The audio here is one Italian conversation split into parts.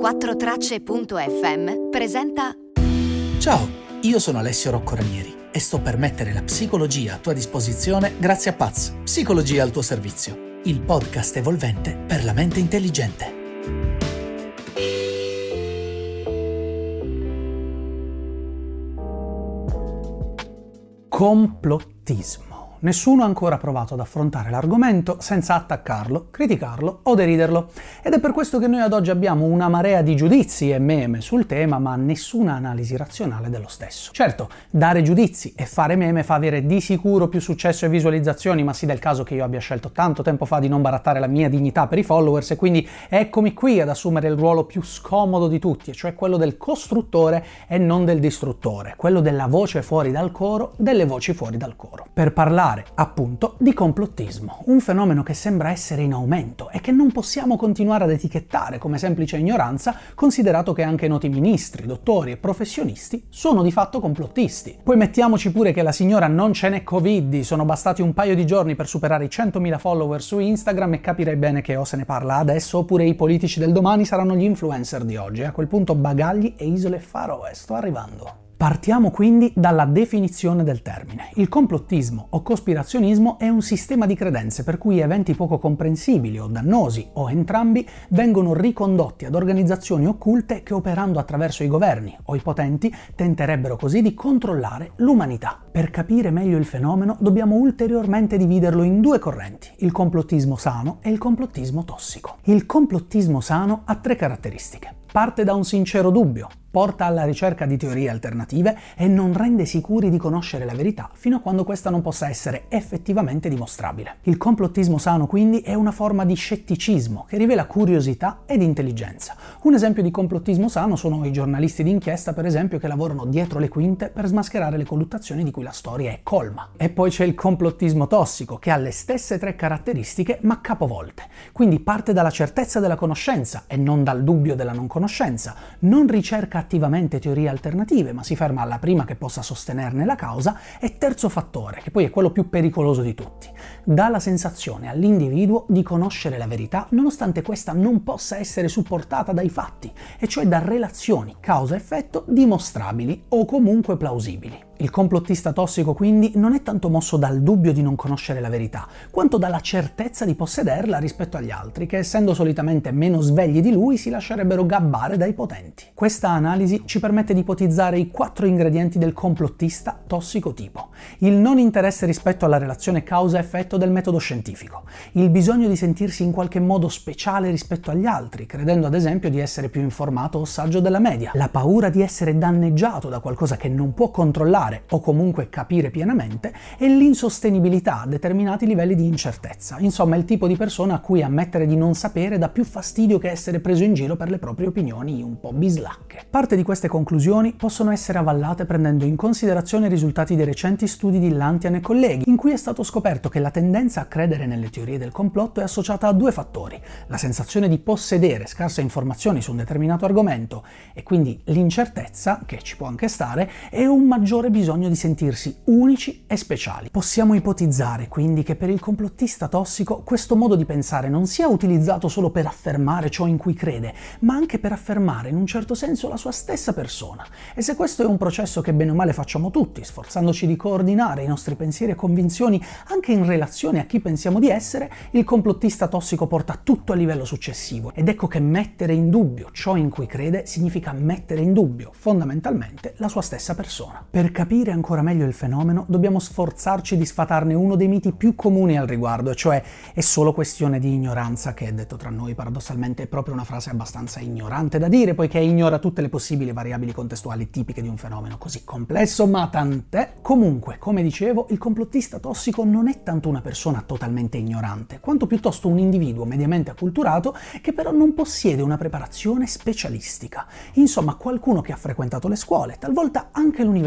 4Tracce.fm presenta. Ciao, io sono Alessio Rocco Ranieri e sto per mettere la psicologia a tua disposizione grazie a Paz, Psicologia al tuo servizio, il podcast evolvente per la mente intelligente. Complottismo. Nessuno ha ancora provato ad affrontare l'argomento senza attaccarlo, criticarlo o deriderlo. Ed è per questo che noi ad oggi abbiamo una marea di giudizi e meme sul tema, ma nessuna analisi razionale dello stesso. Certo, dare giudizi e fare meme fa avere di sicuro più successo e visualizzazioni, ma sì del caso che io abbia scelto tanto tempo fa di non barattare la mia dignità per i followers, e quindi eccomi qui ad assumere il ruolo più scomodo di tutti, e cioè quello del costruttore e non del distruttore, quello della voce fuori dal coro, delle voci fuori dal coro. Per parlare appunto di complottismo, un fenomeno che sembra essere in aumento e che non possiamo continuare ad etichettare come semplice ignoranza, considerato che anche noti ministri, dottori e professionisti sono di fatto complottisti. Poi mettiamoci pure che la signora non ce n'è Covid, sono bastati un paio di giorni per superare i 100.000 follower su Instagram e capirei bene che o se ne parla adesso oppure i politici del domani saranno gli influencer di oggi. A quel punto bagagli e isole Faroe, sto arrivando. Partiamo quindi dalla definizione del termine. Il complottismo o cospirazionismo è un sistema di credenze per cui eventi poco comprensibili o dannosi o entrambi vengono ricondotti ad organizzazioni occulte che, operando attraverso i governi o i potenti, tenterebbero così di controllare l'umanità. Per capire meglio il fenomeno dobbiamo ulteriormente dividerlo in due correnti: il complottismo sano e il complottismo tossico. Il complottismo sano ha tre caratteristiche. Parte da un sincero dubbio, porta alla ricerca di teorie alternative e non rende sicuri di conoscere la verità fino a quando questa non possa essere effettivamente dimostrabile. Il complottismo sano quindi è una forma di scetticismo che rivela curiosità ed intelligenza. Un esempio di complottismo sano sono i giornalisti d'inchiesta, per esempio, che lavorano dietro le quinte per smascherare le colluttazioni di cui la storia è colma. E poi c'è il complottismo tossico, che ha le stesse tre caratteristiche ma capovolte. Quindi parte dalla certezza della conoscenza e non dal dubbio della non conoscenza, non ricerca attivamente teorie alternative, ma si ferma alla prima che possa sostenerne la causa, e terzo fattore, che poi è quello più pericoloso di tutti, dà la sensazione all'individuo di conoscere la verità nonostante questa non possa essere supportata dai fatti, e cioè da relazioni causa-effetto dimostrabili o comunque plausibili. Il complottista tossico quindi non è tanto mosso dal dubbio di non conoscere la verità, quanto dalla certezza di possederla rispetto agli altri, che essendo solitamente meno svegli di lui si lascerebbero gabbare dai potenti. Questa analisi ci permette di ipotizzare i 4 ingredienti del complottista tossico tipo: il non interesse rispetto alla relazione causa-effetto del metodo scientifico, il bisogno di sentirsi in qualche modo speciale rispetto agli altri, credendo ad esempio di essere più informato o saggio della media, la paura di essere danneggiato da qualcosa che non può controllare o comunque capire pienamente, e l'insostenibilità a determinati livelli di incertezza. Insomma, il tipo di persona a cui ammettere di non sapere dà più fastidio che essere preso in giro per le proprie opinioni un po' bislacche. Parte di queste conclusioni possono essere avallate prendendo in considerazione i risultati dei recenti studi di Lantian e colleghi, in cui è stato scoperto che la tendenza a credere nelle teorie del complotto è associata a due fattori: la sensazione di possedere scarse informazioni su un determinato argomento, e quindi l'incertezza, che ci può anche stare, e un maggiore bisogno di sentirsi unici e speciali. Possiamo ipotizzare quindi che per il complottista tossico questo modo di pensare non sia utilizzato solo per affermare ciò in cui crede, ma anche per affermare in un certo senso la sua stessa persona. E se questo è un processo che bene o male facciamo tutti, sforzandoci di coordinare i nostri pensieri e convinzioni anche in relazione a chi pensiamo di essere, il complottista tossico porta tutto a livello successivo. Ed ecco che mettere in dubbio ciò in cui crede significa mettere in dubbio fondamentalmente la sua stessa persona. Per capire ancora meglio il fenomeno dobbiamo sforzarci di sfatarne uno dei miti più comuni al riguardo, e cioè è solo questione di ignoranza, che detto tra noi paradossalmente è proprio una frase abbastanza ignorante da dire, poiché ignora tutte le possibili variabili contestuali tipiche di un fenomeno così complesso, ma tant'è. Comunque, come dicevo, il complottista tossico non è tanto una persona totalmente ignorante, quanto piuttosto un individuo mediamente acculturato che però non possiede una preparazione specialistica. Insomma, qualcuno che ha frequentato le scuole, talvolta anche l'università,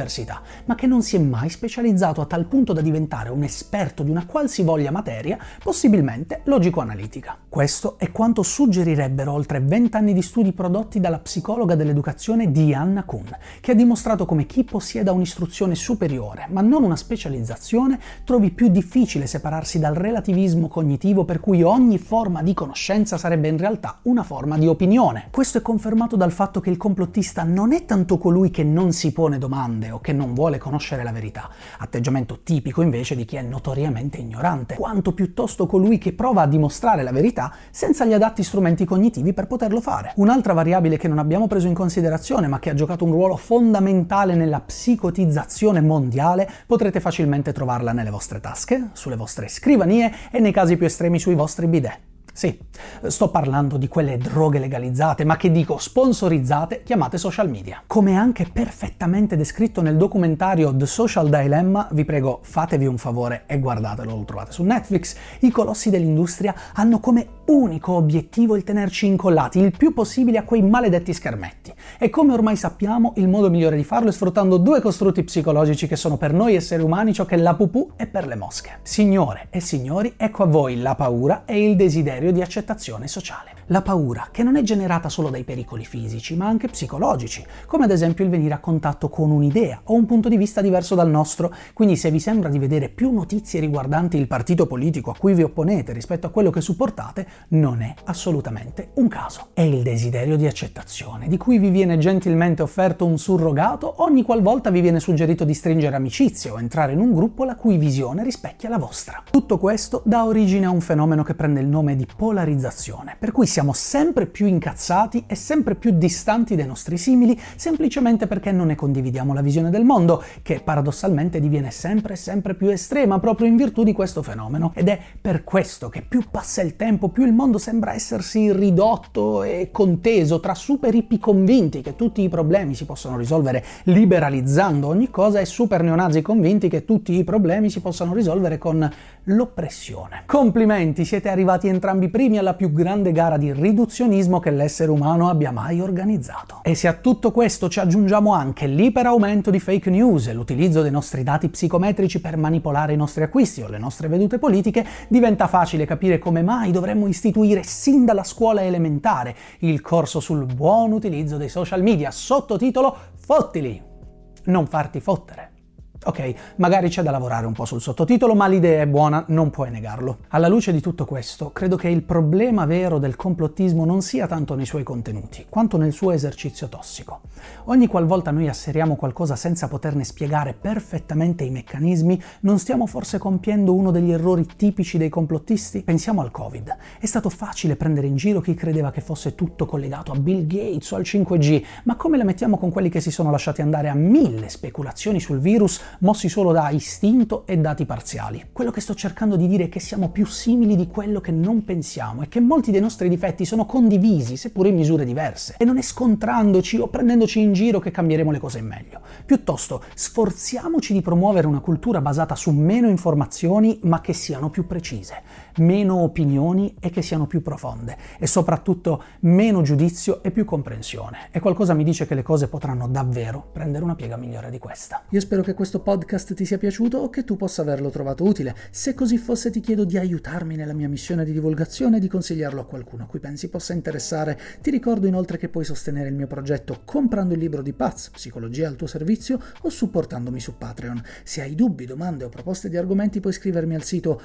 ma che non si è mai specializzato a tal punto da diventare un esperto di una qualsivoglia materia, possibilmente logico-analitica. Questo è quanto suggerirebbero oltre 20 anni di studi prodotti dalla psicologa dell'educazione Diana Kuhn, che ha dimostrato come chi possieda un'istruzione superiore, ma non una specializzazione, trovi più difficile separarsi dal relativismo cognitivo per cui ogni forma di conoscenza sarebbe in realtà una forma di opinione. Questo è confermato dal fatto che il complottista non è tanto colui che non si pone domande o che non vuole conoscere la verità, atteggiamento tipico invece di chi è notoriamente ignorante, quanto piuttosto colui che prova a dimostrare la verità senza gli adatti strumenti cognitivi per poterlo fare. Un'altra variabile che non abbiamo preso in considerazione ma che ha giocato un ruolo fondamentale nella psicotizzazione mondiale, potrete facilmente trovarla nelle vostre tasche, sulle vostre scrivanie e nei casi più estremi sui vostri bidet. Sì, sto parlando di quelle droghe legalizzate, ma che dico sponsorizzate, chiamate social media. Come anche perfettamente descritto nel documentario The Social Dilemma, vi prego fatevi un favore e guardatelo, lo trovate su Netflix, i colossi dell'industria hanno come unico obiettivo il tenerci incollati il più possibile a quei maledetti schermetti. E come ormai sappiamo, il modo migliore di farlo è sfruttando due costrutti psicologici che sono per noi esseri umani ciò che la pupù è per le mosche. Signore e signori, ecco a voi la paura e il desiderio di accettazione sociale. La paura, che non è generata solo dai pericoli fisici, ma anche psicologici, come ad esempio il venire a contatto con un'idea o un punto di vista diverso dal nostro. Quindi se vi sembra di vedere più notizie riguardanti il partito politico a cui vi opponete rispetto a quello che supportate, non è assolutamente un caso. È il desiderio di accettazione, di cui vi viene gentilmente offerto un surrogato ogni qualvolta vi viene suggerito di stringere amicizie o entrare in un gruppo la cui visione rispecchia la vostra. Tutto questo dà origine a un fenomeno che prende il nome di polarizzazione, per cui siamo sempre più incazzati e sempre più distanti dai nostri simili semplicemente perché non ne condividiamo la visione del mondo, che paradossalmente diviene sempre più estrema proprio in virtù di questo fenomeno. Ed è per questo che più passa il tempo, più il mondo sembra essersi ridotto e conteso tra super hippie convinti che tutti i problemi si possono risolvere liberalizzando ogni cosa e super neonazi convinti che tutti i problemi si possano risolvere con l'oppressione. Complimenti, siete arrivati entrambi primi alla più grande gara di riduzionismo che l'essere umano abbia mai organizzato. E se a tutto questo ci aggiungiamo anche l'iperaumento di fake news e l'utilizzo dei nostri dati psicometrici per manipolare i nostri acquisti o le nostre vedute politiche, diventa facile capire come mai dovremmo istituire sin dalla scuola elementare il corso sul buon utilizzo dei social media, sottotitolo Fottili! Non farti fottere. Ok, magari c'è da lavorare un po' sul sottotitolo, ma l'idea è buona, non puoi negarlo. Alla luce di tutto questo, credo che il problema vero del complottismo non sia tanto nei suoi contenuti, quanto nel suo esercizio tossico. Ogni qualvolta noi asseriamo qualcosa senza poterne spiegare perfettamente i meccanismi, non stiamo forse compiendo uno degli errori tipici dei complottisti? Pensiamo al Covid. È stato facile prendere in giro chi credeva che fosse tutto collegato a Bill Gates o al 5G, ma come la mettiamo con quelli che si sono lasciati andare a 1000 speculazioni sul virus mossi solo da istinto e dati parziali? Quello che sto cercando di dire è che siamo più simili di quello che non pensiamo e che molti dei nostri difetti sono condivisi, seppur in misure diverse. E non è scontrandoci o prendendoci in giro che cambieremo le cose in meglio. Piuttosto, sforziamoci di promuovere una cultura basata su meno informazioni ma che siano più precise, meno opinioni e che siano più profonde, e soprattutto meno giudizio e più comprensione. E qualcosa mi dice che le cose potranno davvero prendere una piega migliore di questa. Io spero che questo podcast ti sia piaciuto o che tu possa averlo trovato utile. Se così fosse, ti chiedo di aiutarmi nella mia missione di divulgazione e di consigliarlo a qualcuno a cui pensi possa interessare. Ti ricordo inoltre che puoi sostenere il mio progetto comprando il libro di Paz, Psicologia al tuo servizio, o supportandomi su Patreon. Se hai dubbi, domande o proposte di argomenti puoi scrivermi al sito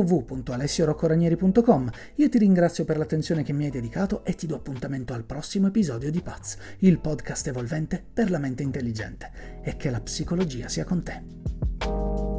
www.alessioroccoranieri.com. Io ti ringrazio per l'attenzione che mi hai dedicato e ti do appuntamento al prossimo episodio di Paz, il podcast evolvente per la mente intelligente. E che la psicologia sia con te.